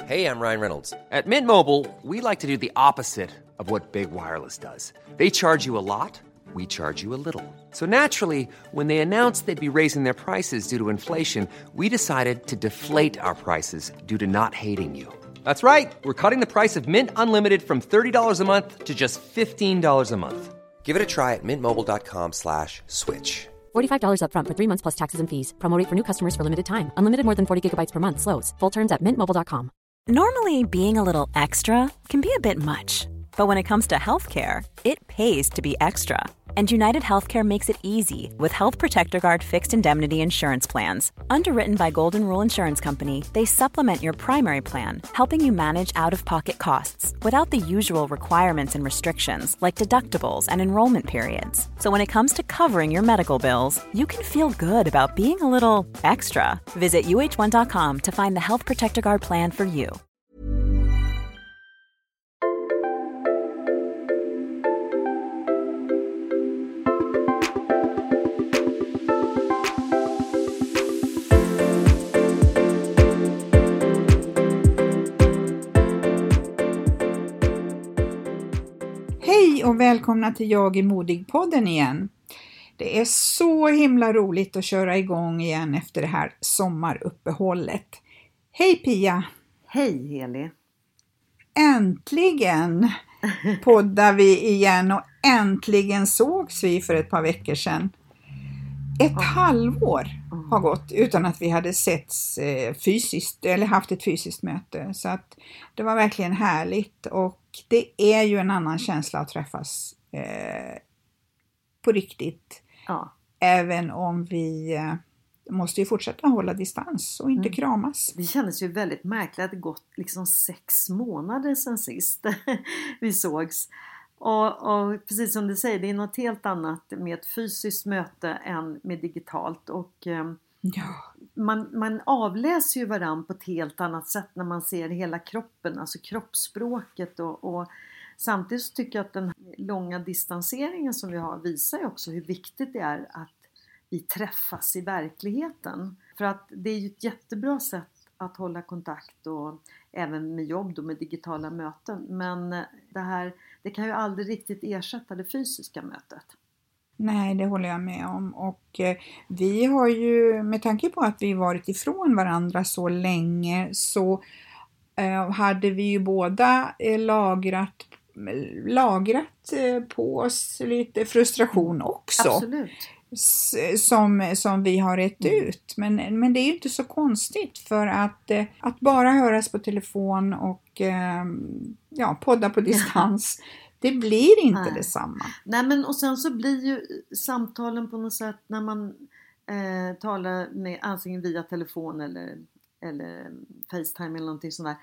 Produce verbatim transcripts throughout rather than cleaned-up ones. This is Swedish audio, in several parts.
Hey, I'm Ryan Reynolds. At Mint Mobile, we like to do the opposite of what Big Wireless does. They charge you a lot, we charge you a little. So naturally, when they announced they'd be raising their prices due to inflation, we decided to deflate our prices due to not hating you. That's right. We're cutting the price of Mint Unlimited from thirty dollars a month to just fifteen dollars a month. Give it a try at mintmobile.com slash switch. forty-five dollars up front for three months plus taxes and fees. Promo rate for new customers for limited time. Unlimited more than forty gigabytes per month slows. Full terms at mint mobile dot com. Normally, being a little extra can be a bit much. But when it comes to healthcare, it pays to be extra. And United Healthcare makes it easy with Health Protector Guard fixed indemnity insurance plans. Underwritten by Golden Rule Insurance Company, they supplement your primary plan, helping you manage out-of-pocket costs without the usual requirements and restrictions like deductibles and enrollment periods. So when it comes to covering your medical bills, you can feel good about being a little extra. Visit U H one dot com to find the Health Protector Guard plan for you. Hej och välkomna till Jag är modig-podden igen. Det är så himla roligt att köra igång igen efter det här sommaruppehållet. Hej Pia! Hej Heli! Äntligen poddar vi igen och äntligen sågs vi för ett par veckor sedan. Ett mm. halvår har gått utan att vi hade setts eh, fysiskt eller haft ett fysiskt möte. Så att det var verkligen härligt och det är ju en annan känsla att träffas eh, på riktigt. Ja. Även om vi eh, måste ju fortsätta hålla distans och inte mm. kramas. Det kändes ju väldigt märkligt att det gått liksom sex månader sedan sist vi sågs. Och, och precis som du säger, det är något helt annat med ett fysiskt möte än med digitalt. Och eh, ja. man, man avläser ju varann på ett helt annat sätt när man ser hela kroppen, alltså kroppsspråket. Och, och samtidigt så tycker jag att den långa distanseringen som vi har visar ju också hur viktigt det är att vi träffas i verkligheten. För att det är ju ett jättebra sätt att hålla kontakt och även med jobb och med digitala möten. Men det här, det kan ju aldrig riktigt ersätta det fysiska mötet. Nej, det håller jag med om. Och eh, vi har ju, med tanke på att vi varit ifrån varandra så länge, så eh, hade vi ju båda eh, lagrat, lagrat eh, på oss lite frustration också. Absolut. Som, som vi har rätt ut. Men, men det är ju inte så konstigt, för att, att bara höras på telefon och ja, podda på distans, det blir inte Nej. detsamma. Nej, men och sen så blir ju samtalen på något sätt när man eh, talar med antingen via telefon eller, eller FaceTime eller någonting sånt där,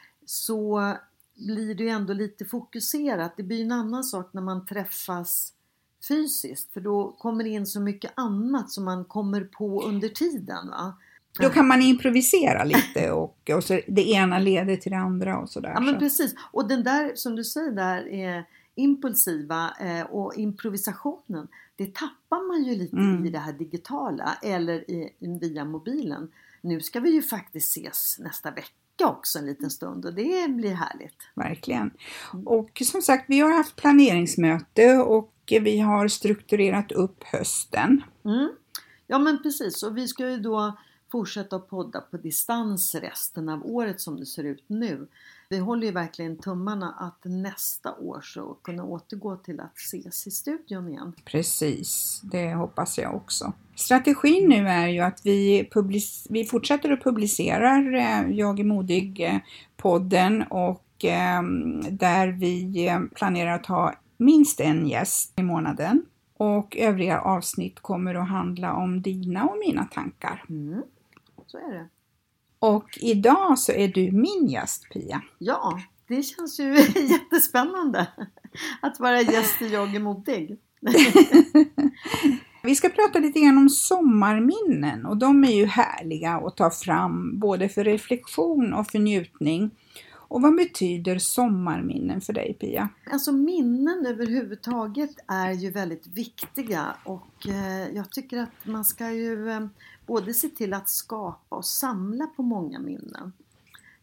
så blir det ju ändå lite fokuserat. Det blir en annan sak när man träffas fysiskt, för då kommer det in så mycket annat som man kommer på under tiden, va? Då kan man improvisera lite och, och så det ena leder till det andra och sådär. Ja, men så. Precis. Och den där, som du säger där, är impulsiva eh, och improvisationen, det tappar man ju lite mm. i det här digitala eller i, via mobilen. Nu ska vi ju faktiskt ses nästa vecka också en liten stund och det blir härligt. Verkligen. Och som sagt, vi har haft planeringsmöte och vi har strukturerat upp hösten. Mm. Ja, men precis. Och vi ska ju då fortsätta att podda på distans resten av året som det ser ut nu. Vi håller ju verkligen tummarna att nästa år så kunna återgå till att ses i studion igen. Precis, det hoppas jag också. Strategin nu är ju att vi, public- vi fortsätter att publicera eh, Jag är modig-podden och eh, där vi planerar att ha minst en gäst i månaden. Och övriga avsnitt kommer att handla om dina och mina tankar. Mm, så är det. Och idag så är du min gäst, Pia. Ja, det känns ju jättespännande att vara gäst i Jag är modig. Vi ska prata lite grann om sommarminnen och de är ju härliga att ta fram både för reflektion och för njutning. Och vad betyder sommarminnen för dig, Pia? Alltså minnen överhuvudtaget är ju väldigt viktiga och eh, jag tycker att man ska ju eh, både se till att skapa och samla på många minnen.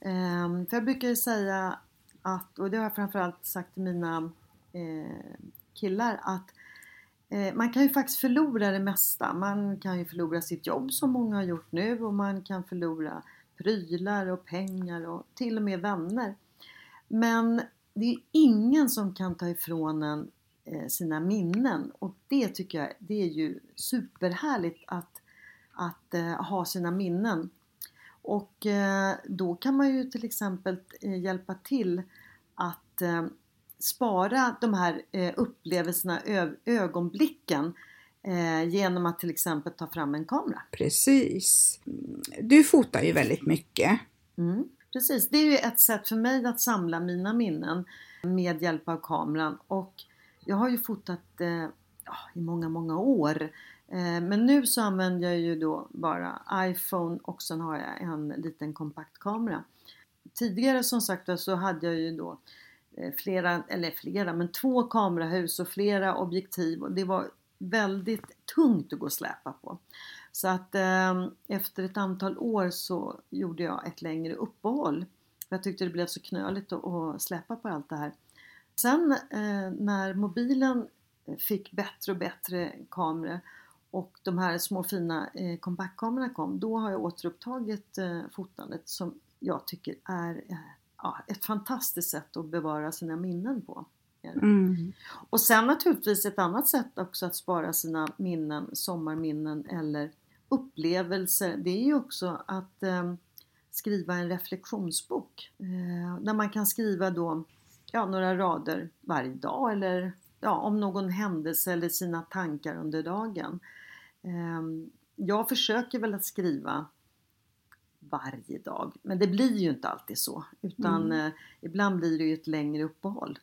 Eh, för jag brukar ju säga att, och det har jag framförallt sagt till mina eh, killar, att eh, man kan ju faktiskt förlora det mesta. Man kan ju förlora sitt jobb som många har gjort nu, och man kan förlora prylar och pengar och till och med vänner. Men det är ingen som kan ta ifrån en eh, sina minnen, och det tycker jag, det är ju superhärligt att, att eh, ha sina minnen. Och eh, då kan man ju till exempel eh, hjälpa till att eh, spara de här eh, upplevelserna, ö- ögonblicken eh, genom att till exempel ta fram en kamera. Precis. Du fotar ju väldigt mycket. Mm, precis, det är ju ett sätt för mig att samla mina minnen med hjälp av kameran. Och jag har ju fotat eh, ja, i många, många år. Eh, men nu så använder jag ju då bara iPhone, och sen har jag en liten kompaktkamera. Tidigare som sagt så hade jag ju då flera, eller flera, men två kamerahus och flera objektiv, och det var väldigt tungt att gå och släpa på. Så att eh, efter ett antal år så gjorde jag ett längre uppehåll. Jag tyckte det blev så knöligt att, att släpa på allt det här. Sen eh, när mobilen fick bättre och bättre kameror och de här små fina eh, kompaktkamerorna kom, då har jag återupptagit eh, fotandet, som jag tycker är eh, ja, ett fantastiskt sätt att bevara sina minnen på. Mm. Och sen naturligtvis ett annat sätt också att spara sina minnen, sommarminnen eller upplevelser, det är ju också att eh, skriva en reflektionsbok. Eh, där man kan skriva då ja, några rader varje dag, eller ja, om någon händelse eller sina tankar under dagen. Eh, jag försöker väl att skriva varje dag, men det blir ju inte alltid så, utan Mm. eh, ibland blir det ju ett längre uppehåll.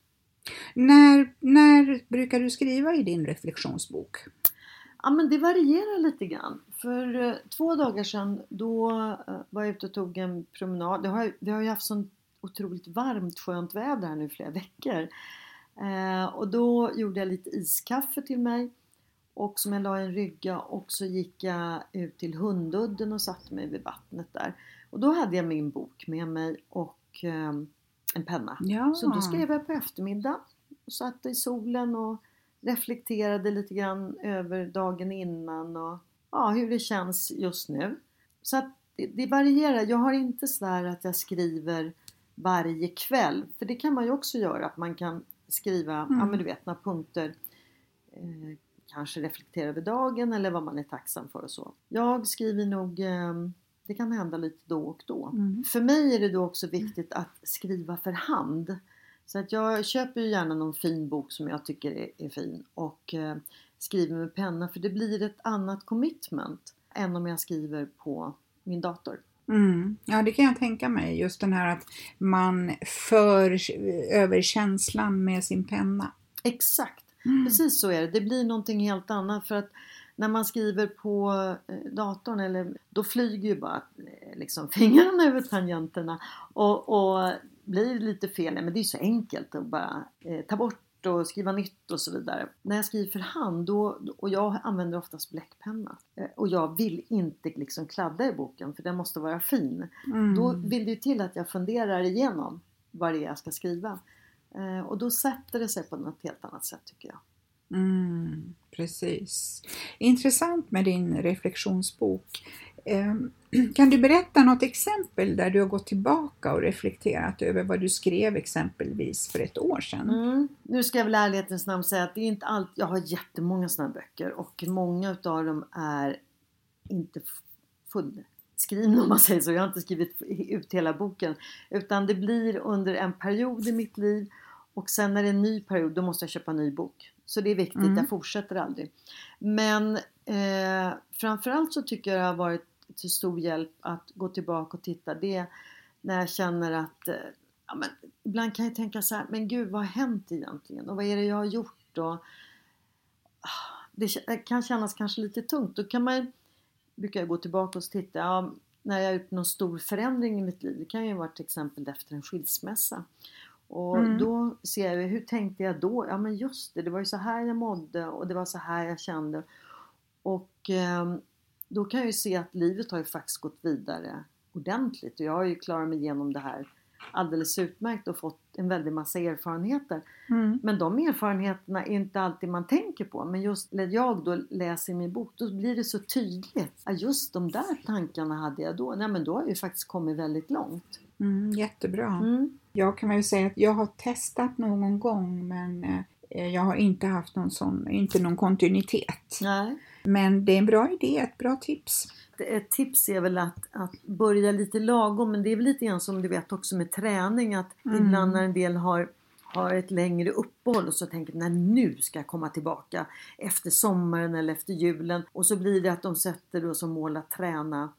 När, när brukar du skriva i din reflektionsbok? Ja, men det varierar lite grann. För eh, två dagar sedan då eh, var jag ute och tog en promenad. Det har, vi har ju haft sånt otroligt varmt, skönt väder här nu i flera veckor. Eh, och då gjorde jag lite iskaffe till mig. Och som jag la i en rygga, och så gick jag ut till Hundudden och satte mig vid vattnet där. Och då hade jag min bok med mig och eh, en penna. Ja. Så då skrev jag på eftermiddag och satt i solen och reflekterade lite grann över dagen innan och ja, hur det känns just nu. Så att det, det varierar. Jag har inte så där att jag skriver varje kväll. För det kan man ju också göra. Att man kan skriva, mm. ja men du vet, några punkter. Eh, kanske reflektera över dagen eller vad man är tacksam för och så. Jag skriver nog, eh, det kan hända lite då och då. Mm. För mig är det då också viktigt att skriva för hand. Så att jag köper ju gärna någon fin bok som jag tycker är, är fin och eh, skriver med penna, för det blir ett annat commitment än om jag skriver på min dator. Mm. Ja, det kan jag tänka mig. Just den här att man för över känslan med sin penna. Exakt, Mm. precis så är det. Det blir någonting helt annat, för att när man skriver på datorn, eller, då flyger ju bara liksom fingrarna över tangenterna och, och blir lite fel. Men det är så enkelt att bara eh, ta bort och skriva nytt och så vidare. När jag skriver för hand, då, och jag använder oftast bläckpenna. Eh, och jag vill inte liksom kladda i boken, för den måste vara fin. Mm. Då vill det ju till att jag funderar igenom vad det är jag ska skriva. Eh, och då sätter det sig på något helt annat sätt, tycker jag. Mm, precis. Intressant med din reflektionsbok. Eh, kan du berätta något exempel där du har gått tillbaka och reflekterat över vad du skrev exempelvis för ett år sedan? Mm. Nu ska jag väl ärlighetens namn säga att det är inte allt. Jag har jättemånga sådana böcker och många av dem är inte fullskrivna, om man säger så. Jag har inte skrivit ut hela boken, utan det blir under en period i mitt liv, och sen när det är en ny period, då måste jag köpa en ny bok. Så det är viktigt, mm. jag fortsätter aldrig. Men eh, framförallt så tycker jag det har varit till stor hjälp att gå tillbaka och titta. Det när jag känner att eh, ja, men, ibland kan jag tänka så här, men gud, vad har hänt egentligen? Och vad är det jag har gjort? Och, ah, det kan kännas kanske lite tungt. Då kan man, brukar jag gå tillbaka och titta. Ja, när jag har gjort någon stor förändring i mitt liv. Det kan ju vara till exempel efter en skilsmässa. Och mm. då ser jag, hur tänkte jag då? Ja, men just det, det var ju så här jag mådde och det var så här jag kände. Och eh, då kan jag ju se att livet har ju faktiskt gått vidare ordentligt. Och jag har ju klarat mig igenom det här alldeles utmärkt och fått en väldigt massa erfarenheter. Mm. Men de erfarenheterna är inte alltid man tänker på. Men just när jag då läser min bok, då blir det så tydligt. Att just de där tankarna hade jag då. Nej, men då har jag ju faktiskt kommit väldigt långt. Mm, jättebra. Mm. Jag kan väl säga att jag har testat någon gång, men eh, jag har inte haft någon sån, inte någon kontinuitet. Nej. Men det är en bra idé, ett bra tips. Ett tips är väl att, att börja lite lagom, men det är väl lite grann som du vet också med träning, att mm. ibland när en del har, har ett längre uppehåll och så tänker när nu ska jag komma tillbaka efter sommaren eller efter julen, och så blir det att de sätter då som mål att träna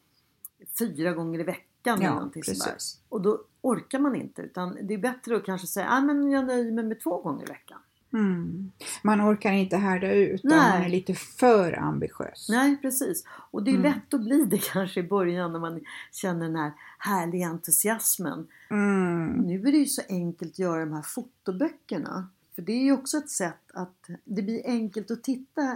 fyra gånger i veckan ja, eller någonting sådär. Och då orkar man inte, utan det är bättre att kanske säga ah, men jag nöjer mig med två gånger i veckan. Mm. Man orkar inte härda ut om Nej. man är lite för ambitiös. Nej, precis. Och det är Mm. lätt att bli det kanske i början när man känner den här härliga entusiasmen. Mm. Nu är det ju så enkelt att göra de här fotoböckerna. För det är ju också ett sätt att det blir enkelt att titta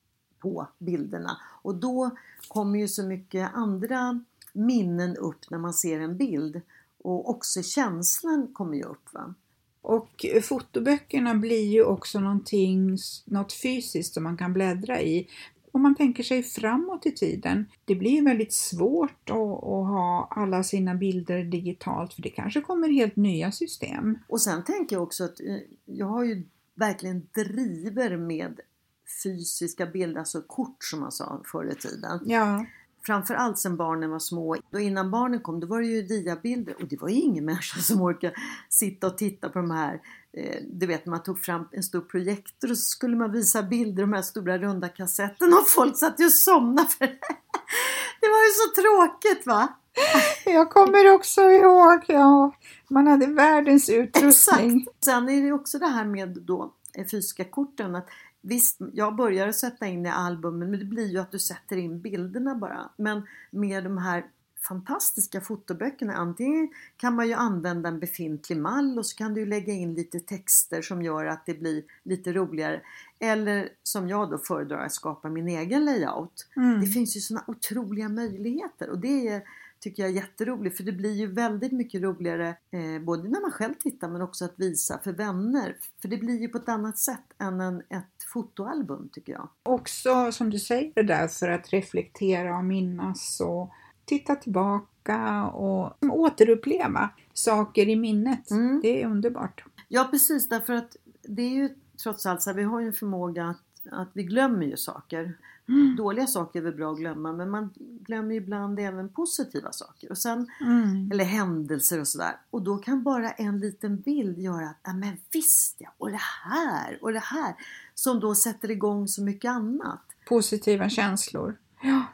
på bilderna. Och då kommer ju så mycket andra minnen upp när man ser en bild. Och också känslan kommer ju upp, va? Och fotoböckerna blir ju också någonting, något fysiskt som man kan bläddra i. Om man tänker sig framåt i tiden, det blir ju väldigt svårt att, att ha alla sina bilder digitalt, för det kanske kommer helt nya system. Och sen tänker jag också att jag har ju verkligen driver med fysiska bilder, alltså kort som man sa förr i tiden. Ja. Framförallt sen barnen var små. Och innan barnen kom, då var det ju diabilder. Och det var ju ingen människa som orkade sitta och titta på de här. Eh, du vet, man tog fram en stor projektor och så skulle man visa bilder, de här stora runda kassetterna. Och folk satt ju och somnade för det. Det var ju så tråkigt, va? Jag kommer också ihåg, ja. Man hade världens utrustning. Exakt. Sen är det också det här med då fysiska korten, att visst, jag börjar sätta in i albumen, men det blir ju att du sätter in bilderna bara. Men med de här fantastiska fotoböckerna, antingen kan man ju använda en befintlig mall och så kan du lägga in lite texter som gör att det blir lite roligare. Eller som jag då föredrar att skapa min egen layout. Mm. Det finns ju såna otroliga möjligheter och det är, tycker jag är jätteroligt, för det blir ju väldigt mycket roligare eh, både när man själv tittar men också att visa för vänner. För det blir ju på ett annat sätt än en, ett fotoalbum, tycker jag. Också som du säger, det där för att reflektera och minnas och titta tillbaka och återuppleva saker i minnet. Mm. Det är underbart. Ja, precis, därför att det är ju trots allt så här, vi har ju en förmåga att, att vi glömmer ju saker. Mm. Dåliga saker är väl bra att glömma, men man glömmer ibland även positiva saker och sen, mm. eller händelser och sådär. Och då kan bara en liten bild göra att, ja men visst ja, och det här och det här, som då sätter igång så mycket annat. Positiva känslor. Ja.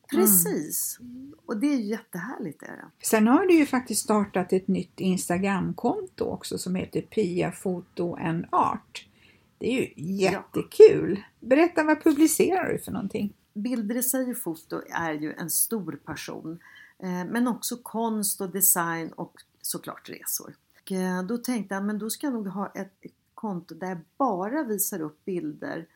Precis. Mm. Och det är ju jättehärligt. Är det. Sen har du ju faktiskt startat ett nytt Instagramkonto också som heter Pia Foto and Art. Det är ju jättekul. Berätta, vad publicerar du för någonting? Bilder i sig och foto är ju en stor passion. Men också konst och design och såklart resor. Och då tänkte jag, men då ska jag nog ha ett konto där jag bara visar upp bilder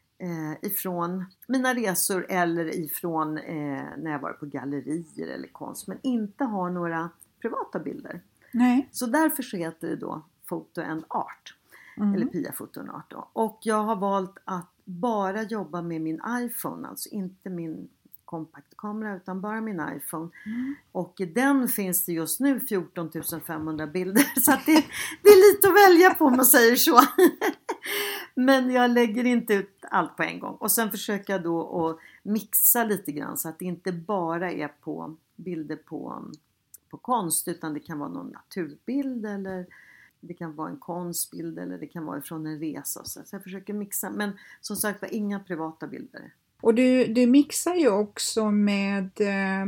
ifrån mina resor eller ifrån eh, när jag var på gallerier eller konst, men inte har några privata bilder. Nej. Så därför så heter det då Photo and Art, mm. eller Pia Photo and Art då. Och jag har valt att bara jobba med min iPhone, alltså inte min kompaktkamera utan bara min iPhone. Mm. Och i den finns det just nu fjorton tusen femhundra bilder, så att det, det är lite att välja på om man säger så. Men jag lägger inte ut allt på en gång. Och sen försöker jag då att mixa lite grann så att det inte bara är på bilder på, på konst, utan det kan vara någon naturbild eller det kan vara en konstbild eller det kan vara från en resa. Så jag försöker mixa, men som sagt var inga privata bilder. Och du, du mixar ju också med eh,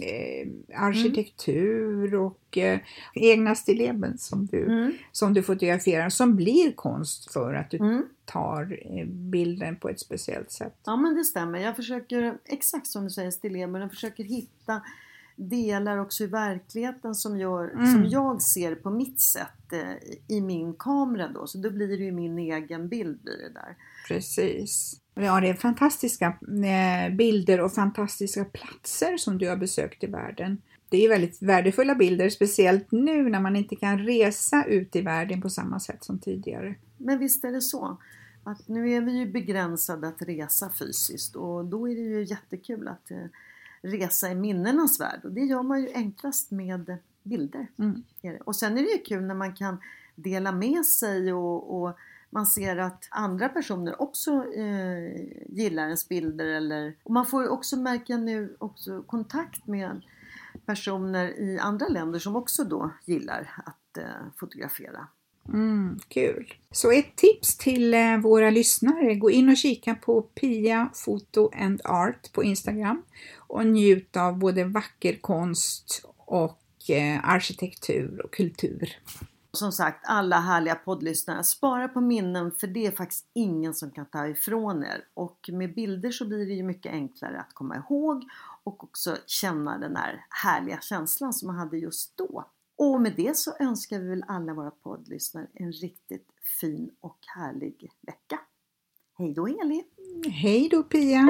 arkitektur mm. och eh, egna stilleben som du, mm. som du fotograferar, som blir konst för att du mm. tar eh, bilden på ett speciellt sätt. Ja, men det stämmer. Jag försöker, exakt som du säger, stilleben, jag försöker hitta delar också i verkligheten som, gör, mm. som jag ser på mitt sätt eh, i min kamera då. Så då blir det ju min egen bild blir det där. Precis. Ja, det är fantastiska eh, bilder och fantastiska platser som du har besökt i världen. Det är väldigt värdefulla bilder, speciellt nu när man inte kan resa ut i världen på samma sätt som tidigare. Men visst är det så att nu är vi ju begränsade att resa fysiskt och då är det ju jättekul att eh, resa i minnenas värld. Och det gör man ju enklast med bilder. Mm. Och sen är det ju kul när man kan dela med sig och, och man ser att andra personer också eh, gillar ens bilder. Eller, och man får ju också märka nu också kontakt med personer i andra länder som också då gillar att eh, fotografera. Mm, kul. Så ett tips till eh, våra lyssnare. Gå in och kika på Pia Photo and Art på Instagram. Och njut av både vacker konst och eh, arkitektur och kultur. Som sagt, alla härliga poddlyssnare, spara på minnen för det är faktiskt ingen som kan ta ifrån er. Och med bilder så blir det ju mycket enklare att komma ihåg och också känna den här härliga känslan som man hade just då. Och med det så önskar vi väl alla våra poddlyssnare en riktigt fin och härlig vecka. Hej då Eli! Hej då Pia!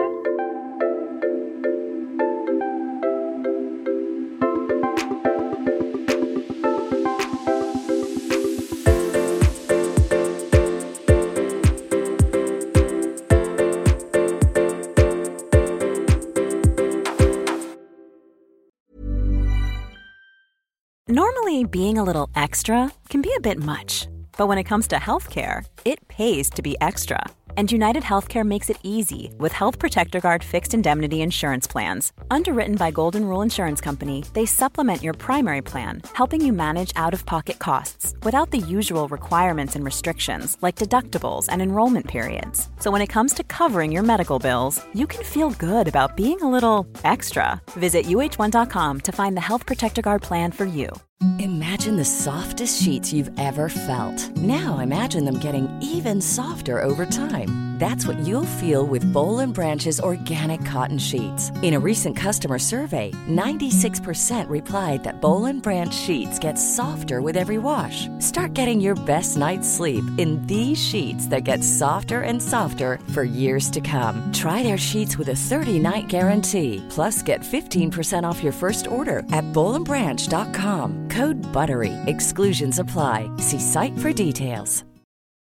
Normally, being a little extra can be a bit much, but when it comes to healthcare, it pays to be extra. And United Healthcare makes it easy with Health Protector Guard fixed indemnity insurance plans. Underwritten by Golden Rule Insurance Company, they supplement your primary plan, helping you manage out-of-pocket costs without the usual requirements and restrictions like deductibles and enrollment periods. So when it comes to covering your medical bills, you can feel good about being a little extra. Visit U H one dot com to find the Health Protector Guard plan for you. Imagine the softest sheets you've ever felt. Now imagine them getting even softer over time. That's what you'll feel with Boll and Branch's organic cotton sheets. In a recent customer survey, ninety-six percent replied that Boll and Branch sheets get softer with every wash. Start getting your best night's sleep in these sheets that get softer and softer for years to come. Try their sheets with a thirty-night guarantee. Plus, get fifteen percent off your first order at boll and branch dot com. Code BUTTERY. Exclusions apply. See site for details.